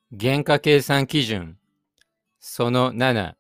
原価計算基準その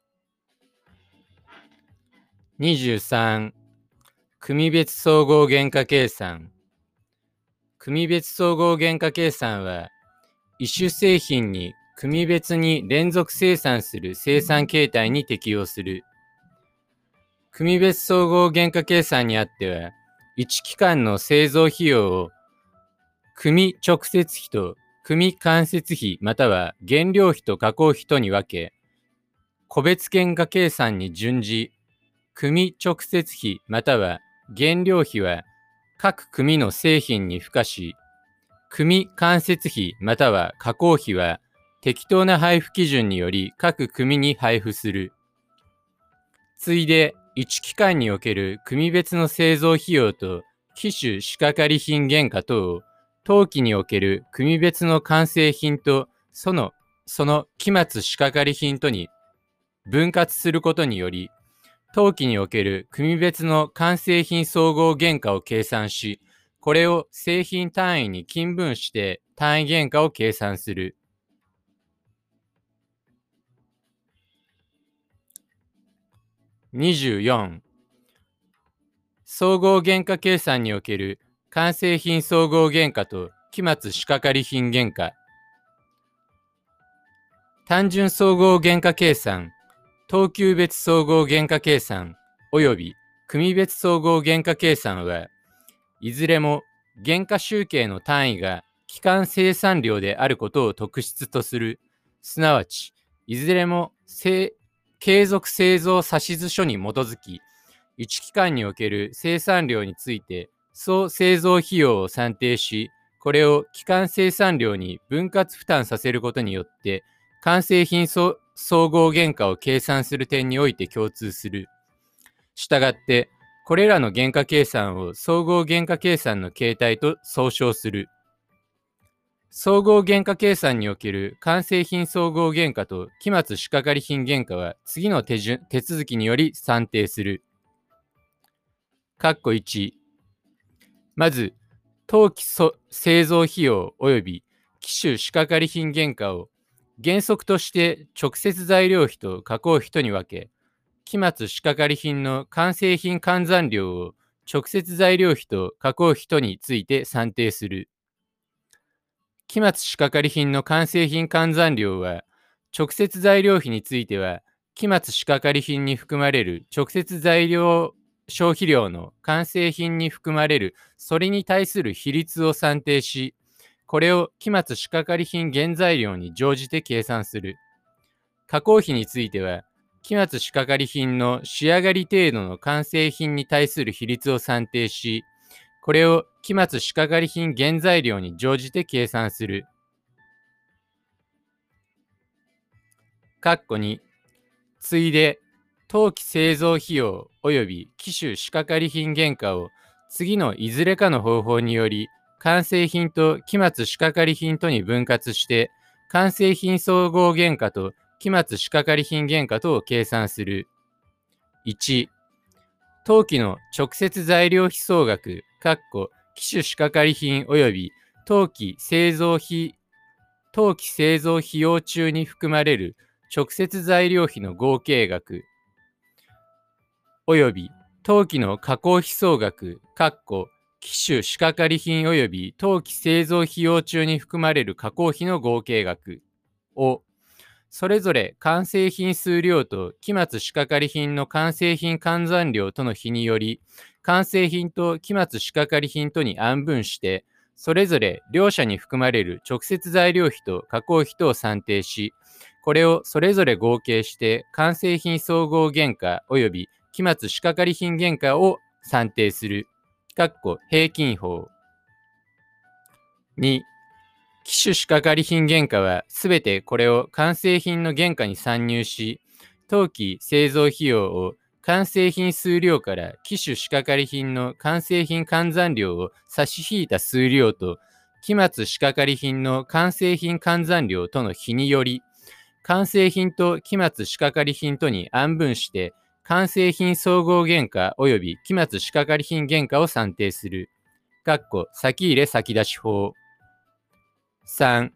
7。23組別総合原価計算。組別総合原価計算は一種製品に組別に連続生産する生産形態に適用する。組別総合原価計算にあっては、一期間の製造費用を組直接費と組間接費または原料費と加工費とに分け、個別原価計算に準じ、組直接費または原料費は各組の製品に付加し、組間接費または加工費は適当な配布基準により各組に配布する。ついで、一期間における組別の製造費用と機種仕掛かり品原価等を当期における組別の完成品とその期末仕掛かり品とに分割することにより、当期における組別の完成品総合原価を計算し、これを製品単位に均分して単位原価を計算する。24総合原価計算における完成品総合原価と期末仕掛かり品原価。単純総合原価計算、等級別総合原価計算および組別総合原価計算はいずれも原価集計の単位が基幹生産量であることを特質とする。すなわちいずれも継続製造指図書に基づき、一期間における生産量について総製造費用を算定し、これを基幹生産量に分割負担させることによって完成品総合原価を計算する点において共通する。したがって、これらの原価計算を総合原価計算の形態と総称する。総合原価計算における完成品総合原価と期末仕掛かり品原価は次の手続きにより算定する。括弧1。まず、当期製造費用及び機種仕掛かり品原価を原則として直接材料費と加工費とに分け、期末仕掛かり品の完成品換算量を直接材料費と加工費とについて算定する。期末仕掛かり品の完成品換算量は、直接材料費については、期末仕掛かり品に含まれる直接材料消費量の完成品に含まれるそれに対する比率を算定し、これを期末仕掛かり品原材料に乗じて計算する。加工費については、期末仕掛かり品の仕上がり程度の完成品に対する比率を算定し、これを期末仕掛かり品原材料に乗じて計算する。括弧2。ついで、当期製造費用及び機種仕掛かり品原価を次のいずれかの方法により、完成品と期末仕掛かり品とに分割して、完成品総合原価と期末仕掛かり品原価とを計算する。1、当期の直接材料費総額、機種仕掛かり品及び当期製造費用中に含まれる直接材料費の合計額、及び当期の加工費総額、機種仕掛かり品及び当期製造費用中に含まれる加工費の合計額を、それぞれ完成品数量と期末仕掛かり品の完成品換算量との比により、完成品と期末仕掛かり品とに案分して、それぞれ両者に含まれる直接材料費と加工費とを算定し、これをそれぞれ合計して完成品総合原価及び期末仕掛かり品原価を算定する。平均法。2、機種仕掛かり品原価はすべてこれを完成品の原価に算入し、当期製造費用を完成品数量から機種仕掛かり品の完成品換算量を差し引いた数量と、期末仕掛かり品の完成品換算量との比により、完成品と期末仕掛かり品とに案分して、完成品総合原価及び期末仕掛かり品原価を算定する。先入れ先出し法。3、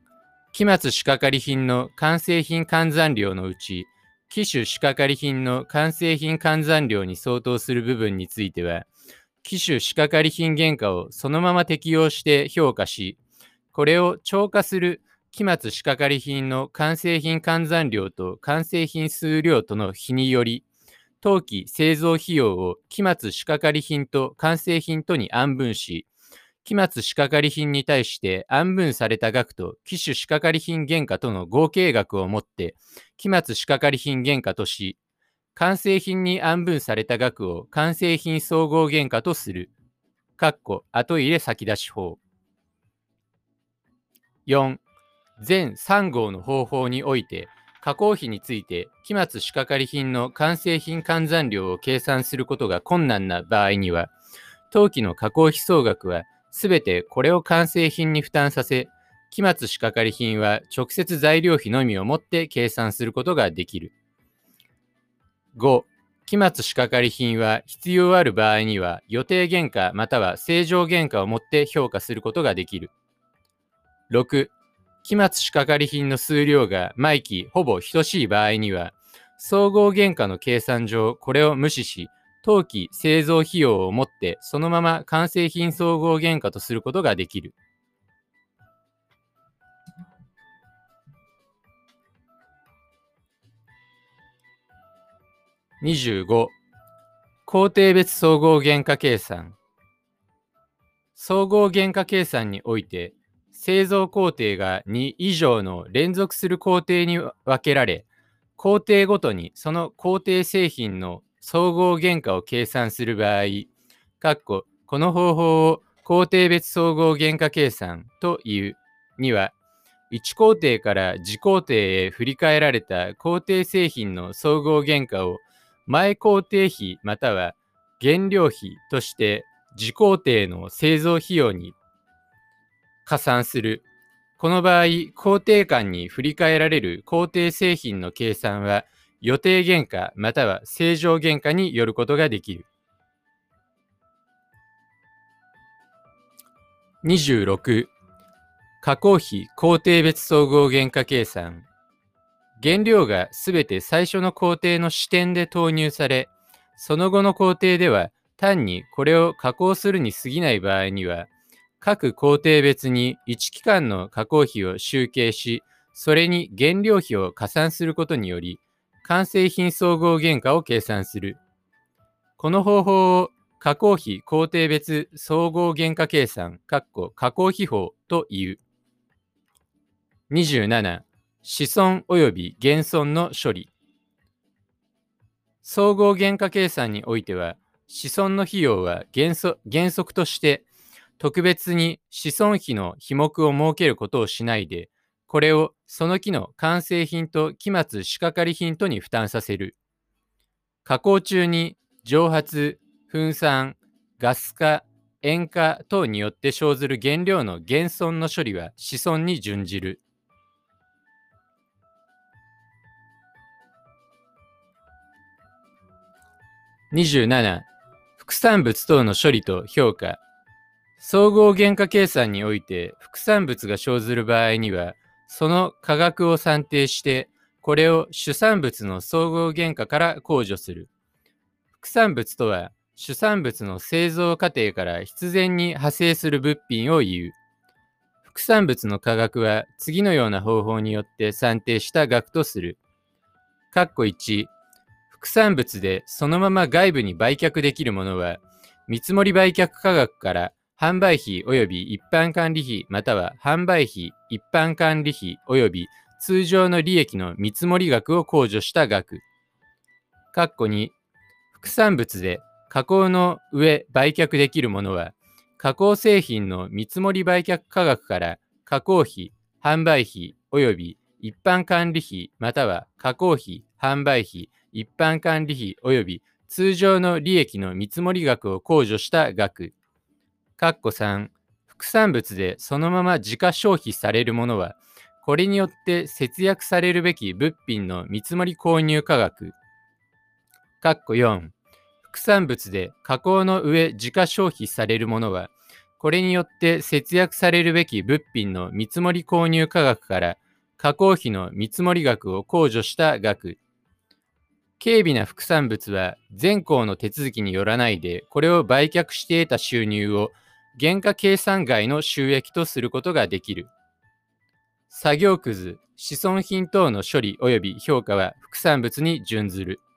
期末仕掛品の完成品換算量のうち、期首仕掛品の完成品換算量に相当する部分については、期首仕掛品原価をそのまま適用して評価し、これを超過する期末仕掛品の完成品換算量と完成品数量との比により、当期製造費用を期末仕掛品と完成品とに案分し、期末仕掛品に対して案分された額と期首仕掛品原価との合計額をもって期末仕掛品原価とし、完成品に案分された額を完成品総合原価とする。後入れ先出し法。4. 全3号の方法において、加工費について期末仕掛品の完成品換算量を計算することが困難な場合には、当期の加工費総額はすべてこれを完成品に負担させ、期末仕掛品は直接材料費のみをもって計算することができる。5. 期末仕掛品は必要ある場合には予定原価または正常原価をもって評価することができる。6. 期末仕掛品の数量が毎期ほぼ等しい場合には、総合原価の計算上これを無視し、当期製造費用をもってそのまま完成品総合原価とすることができる。25. 工程別総合原価計算。総合原価計算において、製造工程が2以上の連続する工程に分けられ、工程ごとにその工程製品の総合原価を計算する場合、この方法を工程別総合原価計算というには、1工程から次工程へ振り替えられた工程製品の総合原価を前工程費または原料費として次工程の製造費用に加算する。この場合、工程間に振り替えられる工程製品の計算は予定原価または正常原価によることができる。26. 加工費工程別総合原価計算。原料がすべて最初の工程の視点で投入され、その後の工程では単にこれを加工するに過ぎない場合には、各工程別に1期間の加工費を集計し、それに原料費を加算することにより、完成品総合原価を計算する。この方法を加工費工程別総合原価計算加工費法という。27. 子孫及び減損の処理。総合原価計算においては、子孫の費用は原則として特別に子孫費の費目を設けることをしないで、これをその期の完成品と期末仕掛品とに負担させる。加工中に蒸発、粉散、ガス化、塩化等によって生ずる原料の減損の処理は子孫に準じる。27. 副産物等の処理と評価。総合原価計算において副産物が生ずる場合には、その価格を算定して、これを主産物の総合原価から控除する。副産物とは、主産物の製造過程から必然に派生する物品を言う。副産物の価格は次のような方法によって算定した額とする。1. 副産物でそのまま外部に売却できるものは、見積売却価格から販売費及び一般管理費または販売費、一般管理費及び通常の利益の見積額を控除した額。2. 副産物で加工の上売却できるものは、加工製品の見積売却価格から加工費、販売費及び一般管理費または加工費、販売費、一般管理費及び通常の利益の見積額を控除した額。3. 副産物でそのまま自家消費されるものは、これによって節約されるべき物品の見積購入価格。4. 副産物で加工の上自家消費されるものは、 これによって節約されるべき物品の見積もり購入価格から加工費の見積もり額を控除した額。軽微な副産物は全項の手続きによらないで、これを売却して得た収入を原価計算外の収益とすることができる。作業くず、子孫品等の処理及び評価は副産物に準ずる。